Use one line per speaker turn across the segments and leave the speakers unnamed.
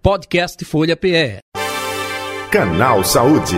Podcast Folha PE.
Canal Saúde.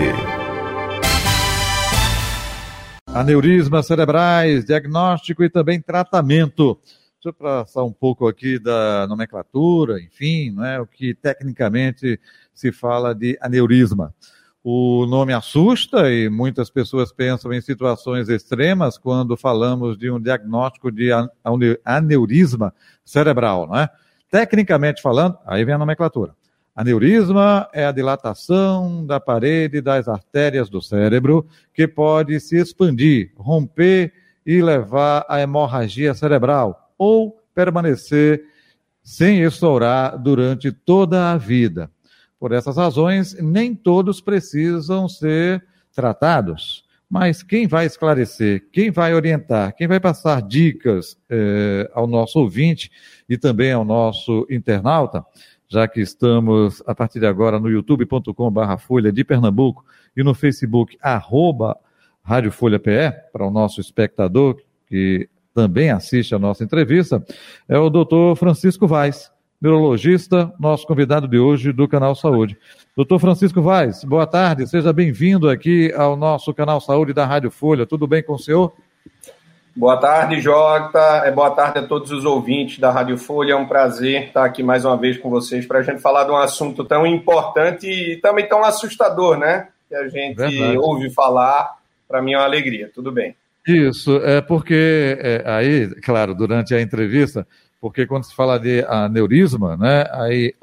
Aneurismas cerebrais, diagnóstico e também tratamento. Deixa eu passar um pouco aqui da nomenclatura, enfim, né, o que tecnicamente se fala de aneurisma. O nome assusta e muitas pessoas pensam em situações extremas quando falamos de um diagnóstico de aneurisma cerebral, não é? Tecnicamente falando, aí vem a nomenclatura. Aneurisma é a dilatação da parede das artérias do cérebro que pode se expandir, romper e levar à hemorragia cerebral ou permanecer sem estourar durante toda a vida. Por essas razões, nem todos precisam ser tratados. Mas quem vai esclarecer, quem vai orientar, quem vai passar dicas ao nosso ouvinte e também ao nosso internauta, já que estamos, a partir de agora, no youtube.com/Folha de Pernambuco e no Facebook, @Rádio Folha PE, para o nosso espectador que também assiste a nossa entrevista, é o Dr. Francisco Vaz, neurologista, nosso convidado de hoje do Canal Saúde. Dr. Francisco Vaz, boa tarde, seja bem-vindo aqui ao nosso Canal Saúde da Rádio Folha. Tudo bem com o senhor?
Boa tarde, Jota. Boa tarde a todos os ouvintes da Rádio Folha. É um prazer estar aqui mais uma vez com vocês para a gente falar de um assunto tão importante e também tão assustador, né? Que a gente ouve falar. Para mim é uma alegria. Tudo bem.
Isso, é porque aí, claro, durante a entrevista, porque quando se fala de aneurisma, né? Aí,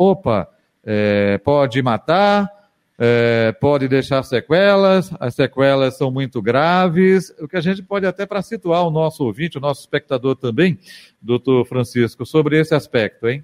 pode matar, pode deixar sequelas, as sequelas são muito graves, o que a gente pode até para situar o nosso ouvinte, o nosso espectador também, doutor Francisco, sobre esse aspecto, hein?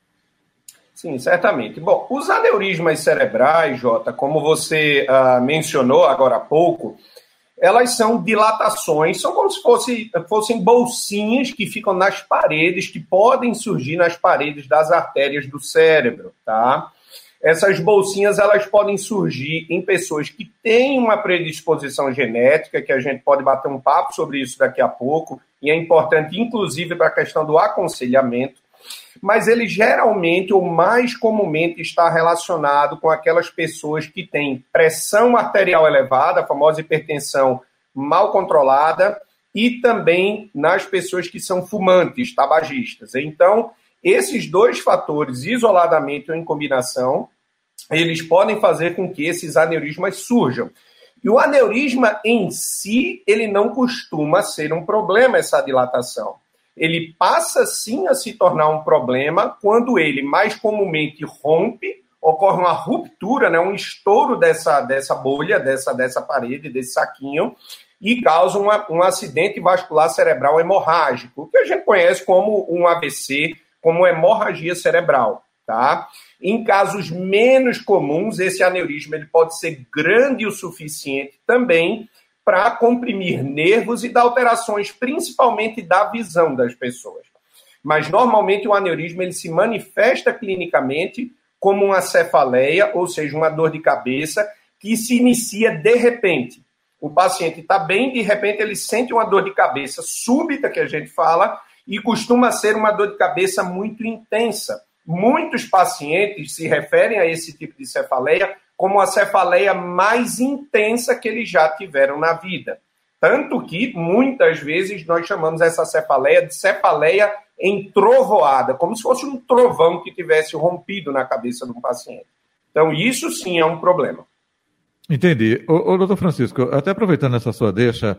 Sim, certamente. Bom, os aneurismas cerebrais, Jota, como você mencionou agora há pouco, elas são dilatações, são como se fossem bolsinhas que ficam nas paredes, que podem surgir nas paredes das artérias do cérebro, tá? Essas bolsinhas, elas podem surgir em pessoas que têm uma predisposição genética, que a gente pode bater um papo sobre isso daqui a pouco, e é importante, inclusive, para a questão do aconselhamento, mas ele geralmente, ou mais comumente, está relacionado com aquelas pessoas que têm pressão arterial elevada, a famosa hipertensão mal controlada, e também nas pessoas que são fumantes, tabagistas. Então, esses dois fatores, isoladamente ou em combinação, eles podem fazer com que esses aneurismas surjam. E o aneurisma em si, ele não costuma ser um problema, essa dilatação. Ele passa, sim, a se tornar um problema quando ele, mais comumente, rompe, ocorre uma ruptura, né, um estouro dessa bolha, dessa parede, desse saquinho, e causa um acidente vascular cerebral hemorrágico, que a gente conhece como um AVC, como hemorragia cerebral. Tá? Em casos menos comuns, esse aneurisma ele pode ser grande o suficiente também para comprimir nervos e dar alterações, principalmente da visão das pessoas. Mas, normalmente, o aneurisma ele se manifesta clinicamente como uma cefaleia, ou seja, uma dor de cabeça, que se inicia de repente. O paciente está bem, de repente ele sente uma dor de cabeça súbita, que a gente fala, e costuma ser uma dor de cabeça muito intensa. Muitos pacientes se referem a esse tipo de cefaleia como a cefaleia mais intensa que eles já tiveram na vida. Tanto que, muitas vezes, nós chamamos essa cefaleia de cefaleia entrovoada, como se fosse um trovão que tivesse rompido na cabeça de um paciente. Então, isso sim é um problema.
Entendi. Doutor Francisco, até aproveitando essa sua deixa,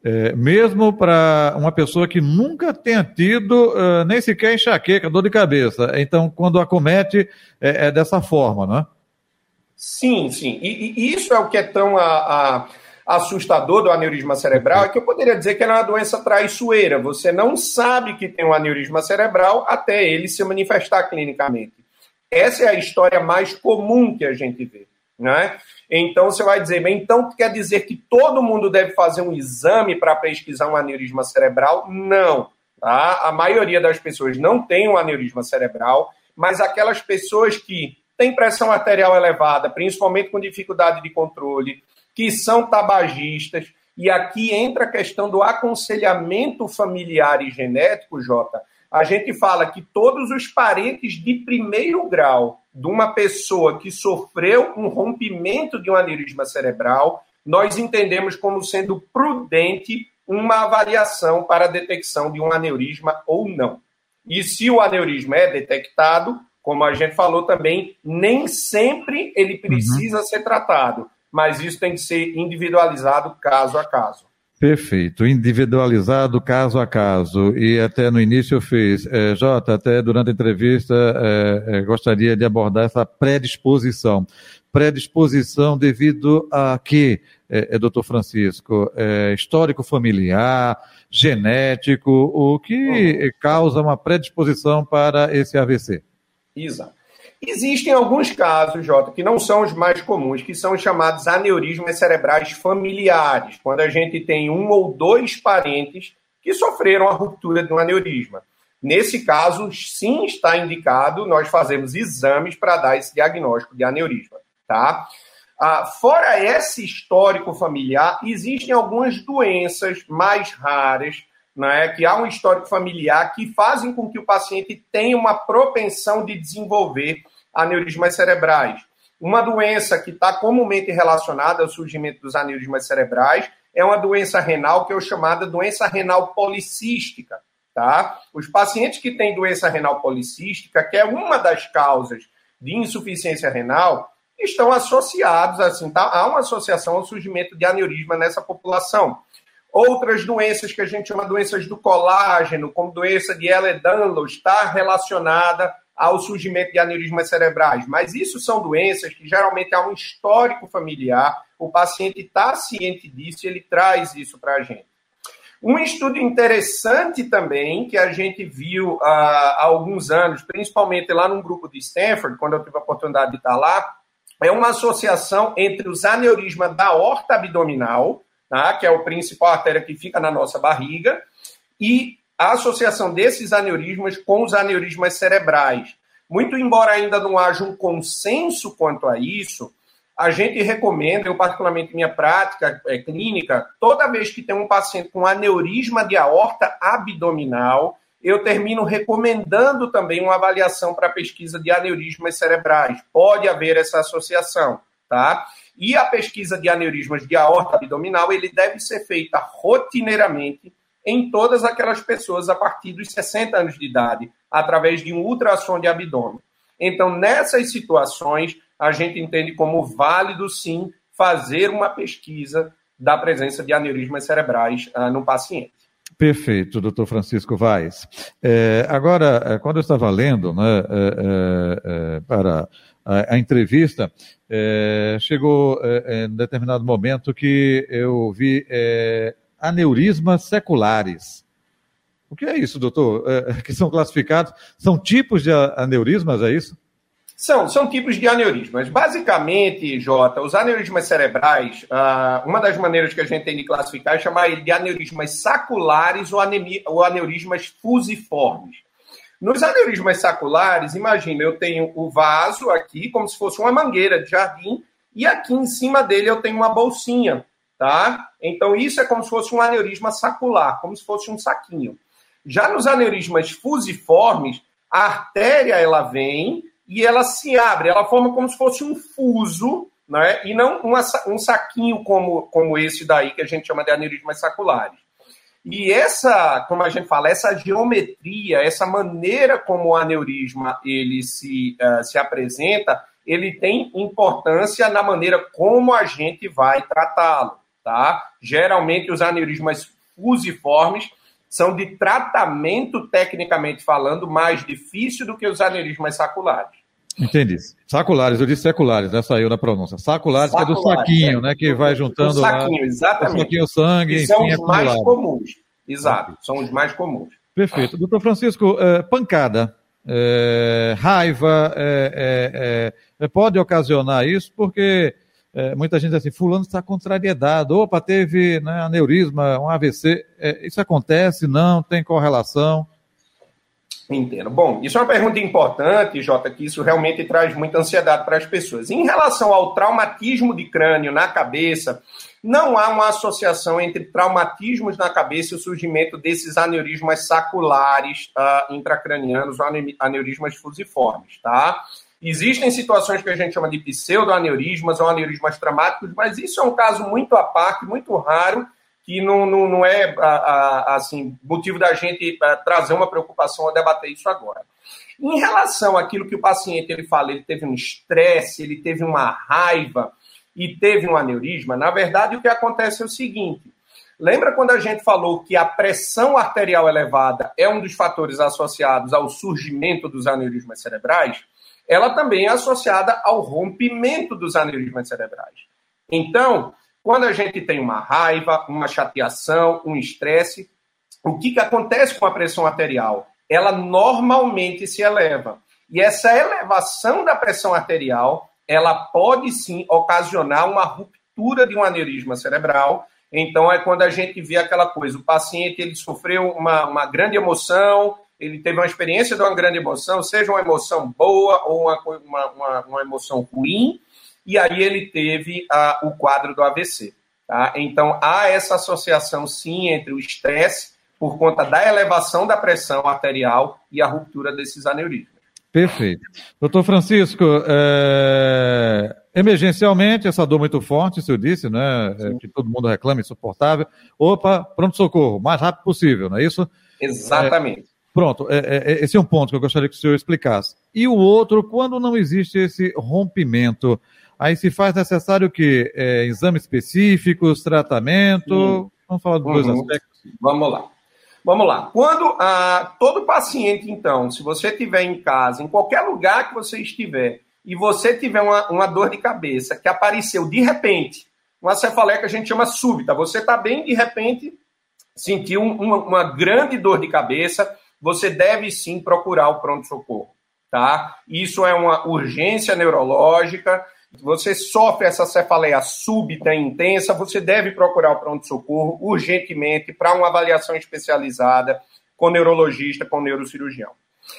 mesmo para uma pessoa que nunca tenha tido nem sequer enxaqueca, dor de cabeça, então quando acomete é dessa forma, não é? Sim. E isso é o que é tão assustador do aneurisma cerebral, é que eu poderia dizer que é uma doença traiçoeira. Você não sabe que tem um aneurisma cerebral até ele se manifestar clinicamente. Essa é a história mais comum que a gente vê, né? Então você vai dizer, mas então quer dizer que todo mundo deve fazer um exame para pesquisar um aneurisma cerebral? Não. Tá? A maioria das pessoas não tem um aneurisma cerebral, mas aquelas pessoas que têm pressão arterial elevada, principalmente com dificuldade de controle, que são tabagistas, e aqui entra a questão do aconselhamento familiar e genético, Jota,
a gente fala que todos os parentes de primeiro grau de uma pessoa que sofreu um rompimento de um aneurisma cerebral, nós entendemos como sendo prudente uma avaliação para a detecção de um aneurisma ou não. E se o aneurisma é detectado, como a gente falou também, nem sempre ele precisa ser tratado, mas isso tem que ser individualizado caso a caso.
Perfeito, individualizado caso a caso. E até no início eu fiz, Jota, até durante a entrevista, gostaria de abordar essa predisposição. Predisposição devido a quê, doutor Francisco? Histórico familiar, genético, o que causa uma predisposição para esse AVC?
Exato. Existem alguns casos, Jota, que não são os mais comuns, que são os chamados aneurismas cerebrais familiares, quando a gente tem um ou dois parentes que sofreram a ruptura de um aneurisma. Nesse caso, sim, está indicado nós fazermos exames para dar esse diagnóstico de aneurisma, tá? Fora esse histórico familiar, existem algumas doenças mais raras, né, que há um histórico familiar que fazem com que o paciente tenha uma propensão de desenvolver aneurismas cerebrais. Uma doença que está comumente relacionada ao surgimento dos aneurismas cerebrais é uma doença renal que é chamada doença renal policística. Tá? Os pacientes que têm doença renal policística, que é uma das causas de insuficiência renal, estão associados, assim, tá? Há uma associação ao surgimento de aneurisma nessa população. Outras doenças que a gente chama de doenças do colágeno, como doença de Ehlers-Danlos, está relacionada ao surgimento de aneurismas cerebrais. Mas isso são doenças que geralmente há um histórico familiar, o paciente está ciente disso e ele traz isso para a gente. Um estudo interessante também, que a gente viu há alguns anos, principalmente lá num grupo de Stanford, quando eu tive a oportunidade de estar lá, é uma associação entre os aneurismas da aorta abdominal, tá, que é a principal artéria que fica na nossa barriga, e a associação desses aneurismas com os aneurismas cerebrais. Muito embora ainda não haja um consenso quanto a isso, a gente recomenda, eu particularmente minha prática clínica, toda vez que tem um paciente com aneurisma de aorta abdominal, eu termino recomendando também uma avaliação para pesquisa de aneurismas cerebrais. Pode haver essa associação, tá? E a pesquisa de aneurismas de aorta abdominal, ele deve ser feita rotineiramente em todas aquelas pessoas a partir dos 60 anos de idade, através de um ultrassom de abdômen. Então, nessas situações, a gente entende como válido, sim, fazer uma pesquisa da presença de aneurismas cerebrais no paciente.
Perfeito, doutor Francisco Vaz. Agora, quando eu estava lendo, né, para a entrevista, chegou em determinado momento que eu vi aneurismas seculares. O que é isso, doutor? Que são classificados? São tipos de aneurismas, é isso?
São tipos de aneurismas. Basicamente, Jota, os aneurismas cerebrais, uma das maneiras que a gente tem de classificar é chamar de aneurismas saculares ou aneurismas fusiformes. Nos aneurismas saculares, imagina, eu tenho o vaso aqui, como se fosse uma mangueira de jardim, e aqui em cima dele eu tenho uma bolsinha, tá? Então, isso é como se fosse um aneurisma sacular, como se fosse um saquinho. Já nos aneurismas fusiformes, a artéria, ela vem e ela se abre, ela forma como se fosse um fuso, né? E não um saquinho como esse daí, que a gente chama de aneurismas saculares. E essa, como a gente fala, essa geometria, essa maneira como o aneurisma ele se apresenta, ele tem importância na maneira como a gente vai tratá-lo, tá? Geralmente os aneurismas fusiformes são de tratamento, tecnicamente falando, mais difícil do que os aneurismas saculares.
Entendi. Saculares, eu disse seculares, né? Saiu na pronúncia. Saculares, que é do saquinho, né? Que vai juntando
o saquinho, lá, exatamente.
O saquinho, sangue,
e são os mais comuns. Exato, são os mais comuns.
Perfeito. Doutor Francisco, pancada, raiva, pode ocasionar isso, porque muita gente diz assim, fulano está contrariedade, opa, teve, né, aneurisma, um AVC, isso acontece, não, tem correlação?
Entendo. Bom, isso é uma pergunta importante, Jota, que isso realmente traz muita ansiedade para as pessoas. Em relação ao traumatismo de crânio na cabeça, não há uma associação entre traumatismos na cabeça e o surgimento desses aneurismas saculares intracranianos ou aneurismas fusiformes, tá? Existem situações que a gente chama de pseudoaneurismas ou aneurismas traumáticos, mas isso é um caso muito à parte, muito raro, que não é assim, motivo da gente trazer uma preocupação ou debater isso agora. Em relação àquilo que o paciente ele fala, ele teve um estresse, ele teve uma raiva e teve um aneurisma, na verdade o que acontece é o seguinte, lembra quando a gente falou que a pressão arterial elevada é um dos fatores associados ao surgimento dos aneurismas cerebrais? Ela também é associada ao rompimento dos aneurismas cerebrais. Então, quando a gente tem uma raiva, uma chateação, um estresse, o que acontece com a pressão arterial? Ela normalmente se eleva. E essa elevação da pressão arterial, ela pode sim ocasionar uma ruptura de um aneurisma cerebral. Então, é quando a gente vê aquela coisa, o paciente ele sofreu uma grande emoção, ele teve uma experiência de uma grande emoção, seja uma emoção boa ou uma emoção ruim, e aí ele teve o quadro do AVC. Tá? Então, há essa associação, sim, entre o estresse, por conta da elevação da pressão arterial e a ruptura desses aneurismas.
Perfeito. Doutor Francisco, emergencialmente, essa dor muito forte, o senhor disse, né, que todo mundo reclama, insuportável. Opa, pronto-socorro, o mais rápido possível, não é isso?
Exatamente.
Pronto, esse é um ponto que eu gostaria que o senhor explicasse. E o outro, quando não existe esse rompimento, aí se faz necessário o quê? Exames específicos, tratamento? Vamos falar dos dois aspectos.
Vamos lá. Quando todo paciente, então, se você estiver em casa, em qualquer lugar que você estiver, e você tiver uma dor de cabeça que apareceu de repente, uma cefaleia que a gente chama súbita, você está bem, de repente, sentiu uma grande dor de cabeça, você deve sim procurar o pronto-socorro, tá? Isso é uma urgência neurológica. Você sofre essa cefaleia súbita e intensa, você deve procurar o pronto-socorro urgentemente para uma avaliação especializada com neurologista, com neurocirurgião.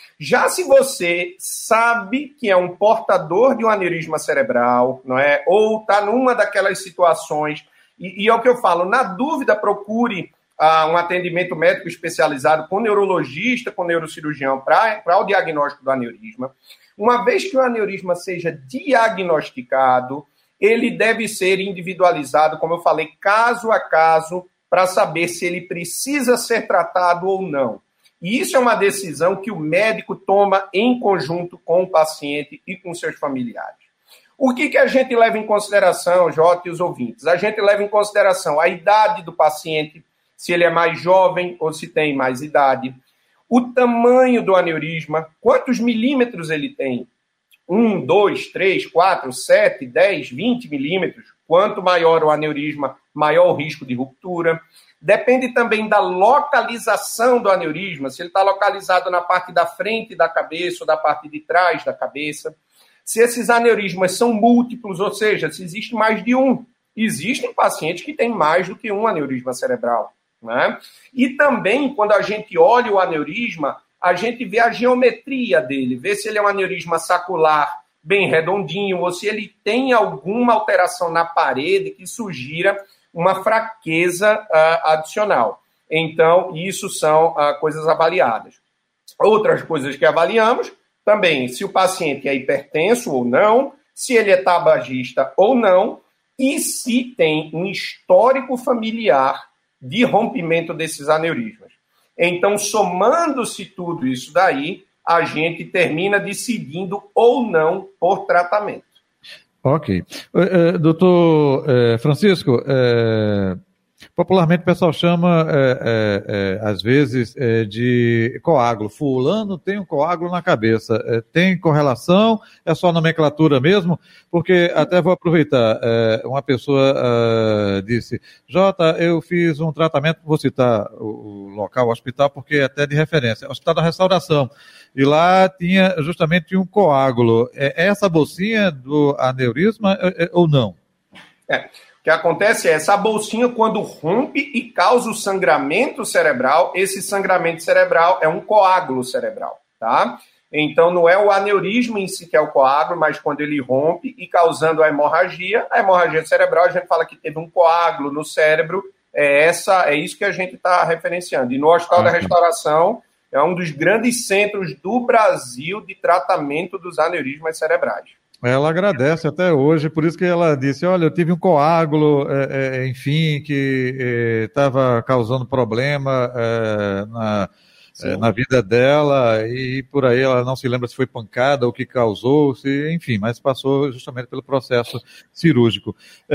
Já se você sabe que é um portador de um aneurisma cerebral, não é? Ou está numa daquelas situações, e é o que eu falo, na dúvida procure um atendimento médico especializado com neurologista, com neurocirurgião para o diagnóstico do aneurisma. Uma vez que o aneurisma seja diagnosticado, ele deve ser individualizado, como eu falei, caso a caso, para saber se ele precisa ser tratado ou não. E isso é uma decisão que o médico toma em conjunto com o paciente e com seus familiares. O que a gente leva em consideração, Jota e os ouvintes? A gente leva em consideração a idade do paciente, se ele é mais jovem ou se tem mais idade, o tamanho do aneurisma, quantos milímetros ele tem? 1, 2, 3, 4, 7, 10, 20 milímetros. Quanto maior o aneurisma, maior o risco de ruptura. Depende também da localização do aneurisma, se ele está localizado na parte da frente da cabeça ou da parte de trás da cabeça. Se esses aneurismas são múltiplos, ou seja, se existe mais de um. Existem pacientes que têm mais do que um aneurisma cerebral. Né? E também, quando a gente olha o aneurisma, a gente vê a geometria dele, vê se ele é um aneurisma sacular bem redondinho ou se ele tem alguma alteração na parede que sugira uma fraqueza adicional. Então, isso são coisas avaliadas. Outras coisas que avaliamos também, se o paciente é hipertenso ou não, se ele é tabagista ou não, e se tem um histórico familiar de rompimento desses aneurismas. Então, somando-se tudo isso daí, a gente termina decidindo ou não por tratamento.
Ok. Doutor Francisco, popularmente o pessoal chama, às vezes, de coágulo. Fulano tem um coágulo na cabeça. Tem correlação? É só nomenclatura mesmo? Porque até vou aproveitar. Uma pessoa disse, Jota, eu fiz um tratamento, vou citar o local, o hospital, porque é até de referência. Hospital da Restauração. E lá tinha justamente um coágulo. É essa bolsinha do aneurisma ou não?
O que acontece é, essa bolsinha, quando rompe e causa o sangramento cerebral, esse sangramento cerebral é um coágulo cerebral, tá? Então, não é o aneurisma em si que é o coágulo, mas quando ele rompe e causando a hemorragia cerebral, a gente fala que teve um coágulo no cérebro, é isso que a gente está referenciando. E no Hospital da Restauração, é um dos grandes centros do Brasil de tratamento dos aneurismas cerebrais.
Ela agradece até hoje, por isso que ela disse, olha, eu tive um coágulo, enfim, que estava causando problema na vida dela, e por aí ela não se lembra se foi pancada ou o que causou, enfim, mas passou justamente pelo processo cirúrgico.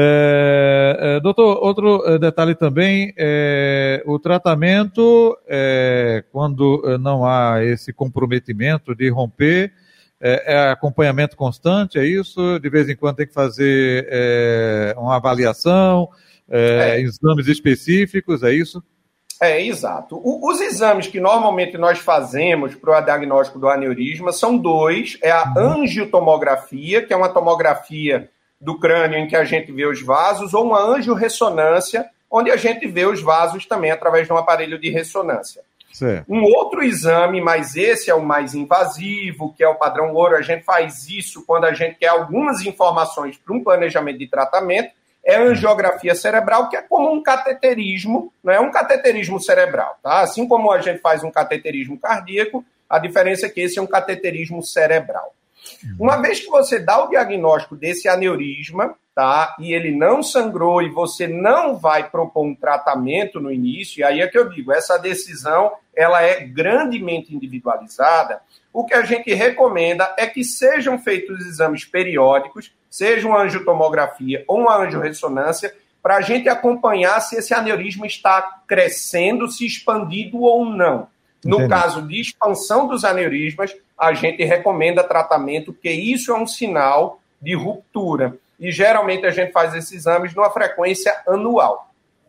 Doutor, outro detalhe também, o tratamento, quando não há esse comprometimento de romper, é acompanhamento constante, é isso? De vez em quando tem que fazer uma avaliação, exames específicos, é isso?
Exato. Os exames que normalmente nós fazemos para o diagnóstico do aneurisma são dois. É a angiotomografia, que é uma tomografia do crânio em que a gente vê os vasos, ou uma angiorressonância, onde a gente vê os vasos também através de um aparelho de ressonância. Certo. Um outro exame, mas esse é o mais invasivo, que é o padrão ouro, a gente faz isso quando a gente quer algumas informações para um planejamento de tratamento, é a angiografia cerebral, que é como um cateterismo, não é um cateterismo cerebral, tá? Assim como a gente faz um cateterismo cardíaco, a diferença é que esse é um cateterismo cerebral. Uma vez que você dá o diagnóstico desse aneurisma, tá? E ele não sangrou e você não vai propor um tratamento no início, e aí é que eu digo, essa decisão, ela é grandemente individualizada. O que a gente recomenda é que sejam feitos exames periódicos, seja uma angiotomografia ou uma angiorressonância, para a gente acompanhar se esse aneurisma está crescendo, se expandindo ou não. No caso de expansão dos aneurismas, a gente recomenda tratamento, porque isso é um sinal de ruptura. E geralmente a gente faz esses exames numa frequência anual.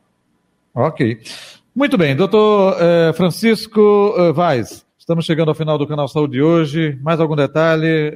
Ok. Muito bem, doutor Francisco Vaz. Estamos chegando ao final do Canal Saúde de hoje. Mais algum detalhe?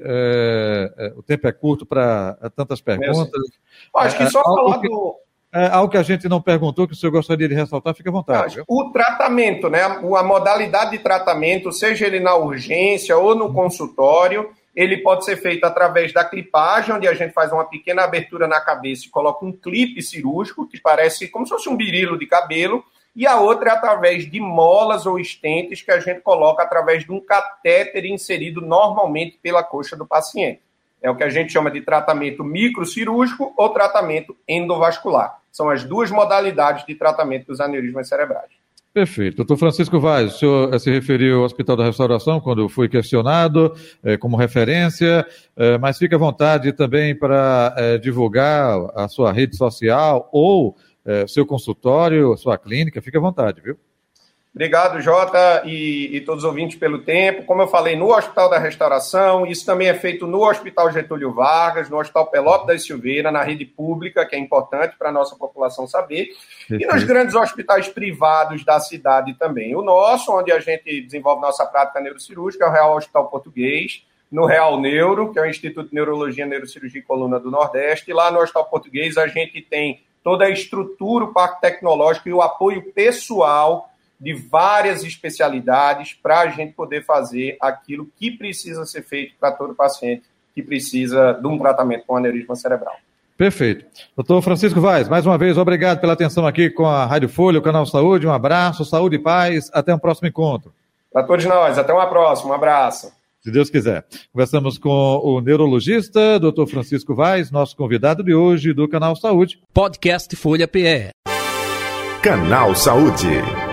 O tempo é curto para tantas perguntas.
Acho que só falar do...
algo que a gente não perguntou, que o senhor gostaria de ressaltar, fique à vontade.
O tratamento, né? A modalidade de tratamento, seja ele na urgência ou no consultório, ele pode ser feito através da clipagem, onde a gente faz uma pequena abertura na cabeça e coloca um clipe cirúrgico, que parece como se fosse um birilo de cabelo, e a outra é através de molas ou estentes que a gente coloca através de um catéter inserido normalmente pela coxa do paciente. É o que a gente chama de tratamento microcirúrgico ou tratamento endovascular. São as duas modalidades de tratamento dos aneurismas cerebrais.
Perfeito. Doutor Francisco Vaz, o senhor se referiu ao Hospital da Restauração quando foi questionado como referência, mas fique à vontade também para divulgar a sua rede social ou seu consultório, sua clínica, fique à vontade, viu?
Obrigado, Jota, e todos os ouvintes pelo tempo. Como eu falei, no Hospital da Restauração, isso também é feito no Hospital Getúlio Vargas, no Hospital Pelópidas Silveira, na rede pública, que é importante para a nossa população saber, e nos grandes hospitais privados da cidade também. O nosso, onde a gente desenvolve nossa prática neurocirúrgica, é o Real Hospital Português, no Real Neuro, que é o Instituto de Neurologia, Neurocirurgia e Coluna do Nordeste, e lá no Hospital Português a gente tem toda a estrutura, o parque tecnológico e o apoio pessoal de várias especialidades para a gente poder fazer aquilo que precisa ser feito para todo paciente que precisa de um tratamento com aneurisma cerebral.
Perfeito. Doutor Francisco Vaz, mais uma vez, obrigado pela atenção aqui com a Rádio Folha, o Canal Saúde. Um abraço, saúde e paz. Até um próximo encontro.
Para todos nós, até uma próxima. Um abraço.
Se Deus quiser. Conversamos com o neurologista, doutor Francisco Vaz, nosso convidado de hoje do Canal Saúde.
Podcast Folha PE.
Canal Saúde.